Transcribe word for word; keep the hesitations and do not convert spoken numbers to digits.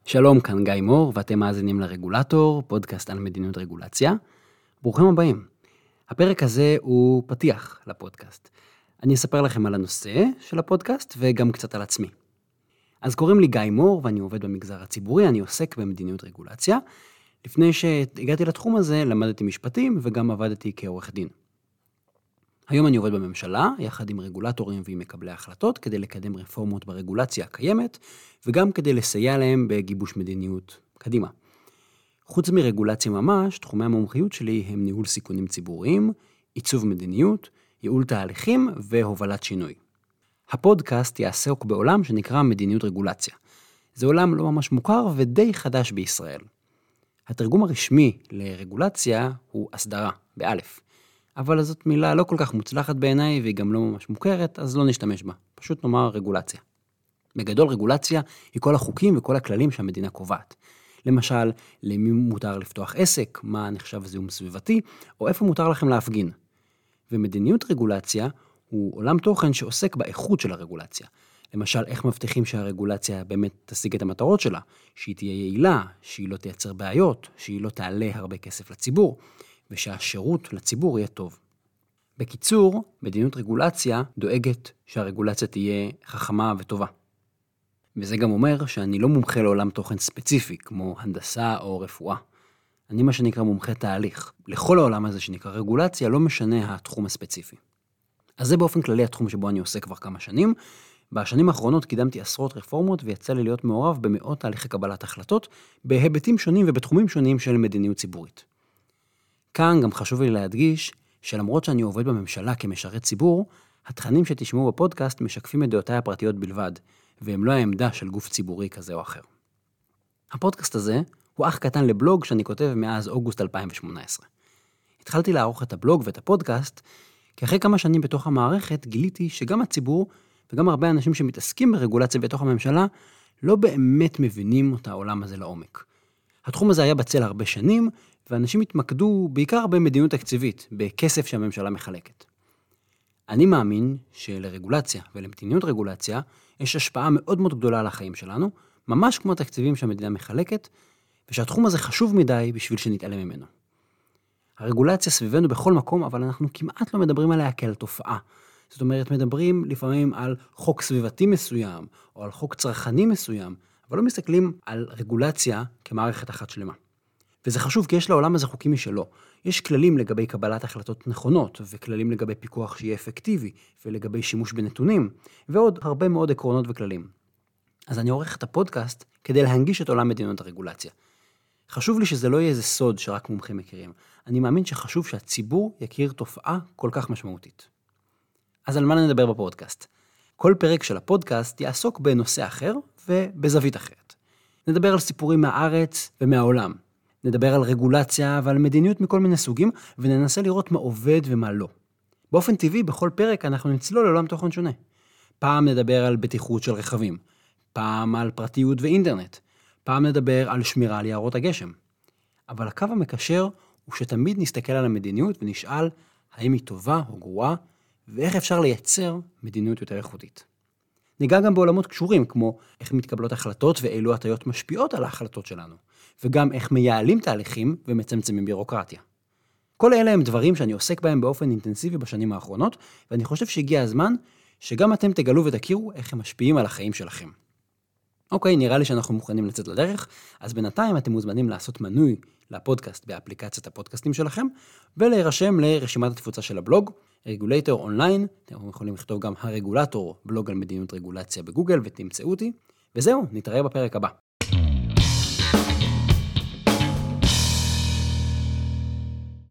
שלום, כאן גיא מור, ואתם מאזינים לרגולטור, פודקאסט על מדיניות רגולציה. ברוכים הבאים. הפרק הזה הוא פתיח לפודקאסט. אני אספר לכם על הנושא של הפודקאסט וגם קצת על עצמי. אז קוראים לי גיא מור ואני עובד במגזר הציבורי, אני עוסק במדיניות רגולציה. לפני שהגעתי לתחום הזה, למדתי משפטים וגם עבדתי כעורך דין. היום אני עובד בממשלה, יחד עם רגולטורים ועם מקבלי החלטות, כדי לקדם רפורמות ברגולציה הקיימת, וגם כדי לסייע להם בגיבוש מדיניות קדימה. חוץ מרגולציה ממש, תחומי המומחיות שלי הם ניהול סיכונים ציבוריים, עיצוב מדיניות, ייעול תהליכים והובלת שינוי. הפודקאסט יעסוק בעולם שנקרא מדיניות רגולציה. זה עולם לא ממש מוכר ודי חדש בישראל. התרגום הרשמי לרגולציה הוא הסדרה, באלף. אבל זאת מילה לא כל כך מוצלחת בעיניי והיא גם לא ממש מוכרת, אז לא נשתמש בה. פשוט נאמר רגולציה. בגדול רגולציה היא כל החוקים וכל הכללים שהמדינה קובעת. למשל, למי מותר לפתוח עסק, מה נחשב זיהום סביבתי, או איפה מותר לכם להפגין. ומדיניות רגולציה הוא עולם תוכן שעוסק באיכות של הרגולציה. למשל, איך מבטיחים שהרגולציה באמת תשיג את המטרות שלה, שהיא תהיה יעילה, שהיא לא תייצר בעיות, שהיא לא תעלה הרבה כסף לציבור, ושהשירות לציבור יהיה טוב. בקיצור, מדיניות רגולציה דואגת שהרגולציה תהיה חכמה וטובה. וזה גם אומר שאני לא מומחה לעולם תוכן ספציפי, כמו הנדסה או רפואה. אני מה שנקרא מומחה תהליך. לכל העולם הזה שנקרא רגולציה לא משנה התחום הספציפי. אז זה באופן כללי התחום שבו אני עושה כבר כמה שנים. בשנים האחרונות קידמתי עשרות רפורמות ויצא לי להיות מעורב במאות תהליכי קבלת החלטות, בהיבטים שונים ובתחומים שונים של מדיניות ציבורית. כאן גם חשוב לי להדגיש שלמרות שאני עובד בממשלה כמשרת ציבור, התכנים שתשמעו בפודקאסט משקפים את דעותיי הפרטיות בלבד, והם לא העמדה של גוף ציבורי כזה או אחר. הפודקאסט הזה הוא אח קטן לבלוג שאני כותב מאז אוגוסט אלפיים ושמונה עשרה. התחלתי לערוך את הבלוג ואת הפודקאסט, כי אחרי כמה שנים בתוך המערכת גיליתי שגם הציבור וגם הרבה אנשים שמתעסקים ברגולציה בתוך הממשלה לא באמת מבינים את העולם הזה לעומק. התחום הזה היה בצל הרבה שנים, ואנשים התמקדו בעיקר במדיניות תקציבית, בכסף שהממשלה מחלקת. אני מאמין שלרגולציה ולמדיניות רגולציה יש השפעה מאוד מאוד גדולה על החיים שלנו, ממש כמו התקציבים שהמדינה מחלקת, ושהתחום הזה חשוב מדי בשביל שנתעלם ממנו. הרגולציה סביבנו בכל מקום, אבל אנחנו כמעט לא מדברים עליה כעל תופעה. זאת אומרת, מדברים לפעמים על חוק סביבתי מסוים, או על חוק צרכני מסוים, אבל לא מסתכלים על רגולציה כמערכת אחת שלמה. וזה חשוב כי יש לעולם הזה חוקים משלו. יש כללים לגבי קבלת החלטות נכונות, וכללים לגבי פיקוח שיהיה אפקטיבי, ולגבי שימוש בנתונים, ועוד הרבה מאוד עקרונות וכללים. אז אני עורך את הפודקאסט כדי להנגיש את עולם מדיניות הרגולציה. חשוב לי שזה לא יהיה איזה סוד שרק מומחים מכירים. אני מאמין שחשוב שהציבור יכיר תופעה כל כך משמעותית. אז על מה נדבר בפודקאסט? כל פרק של הפודקאסט יעסוק בנושא אחר ובזווית אחרת. נדבר על סיפורים מהארץ ומהעולם. נדבר על רגולציה ועל מדיניות מכל מיני סוגים, וננסה לראות מה עובד ומה לא. באופן טבעי, בכל פרק אנחנו נצלול לעולם תוכן שונה. פעם נדבר על בטיחות של רכבים, פעם על פרטיות ואינטרנט, פעם נדבר על שמירה על יערות הגשם. אבל הקו המקשר הוא שתמיד נסתכל על המדיניות ונשאל האם היא טובה או גרועה, ואיך אפשר לייצר מדיניות יותר איכותית. ניגע גם בעולמות קשורים, כמו איך מתקבלות החלטות ואילו הטיות משפיעות על ההחלטות שלנו, וגם איך מייעלים תהליכים ומצמצמים בירוקרטיה. כל אלה הם דברים שאני עוסק בהם באופן אינטנסיבי בשנים האחרונות, ואני חושב שהגיע הזמן שגם אתם תגלו ותכירו איך הם משפיעים על החיים שלכם. אוקיי, נראה לי שאנחנו מוכנים לצאת לדרך, אז בינתיים אתם מוזמנים לעשות מנוי לפודקאסט באפליקציית הפודקאסטים שלכם, ולהירשם לרשימת התפוצה של הבלוג, רגולטור אונליין, אתם יכולים לכתוב גם הרגולטור, בלוג על מדיניות רגולציה בגוגל ותמצאו אותי, וזהו, נתראה בפרק הבא.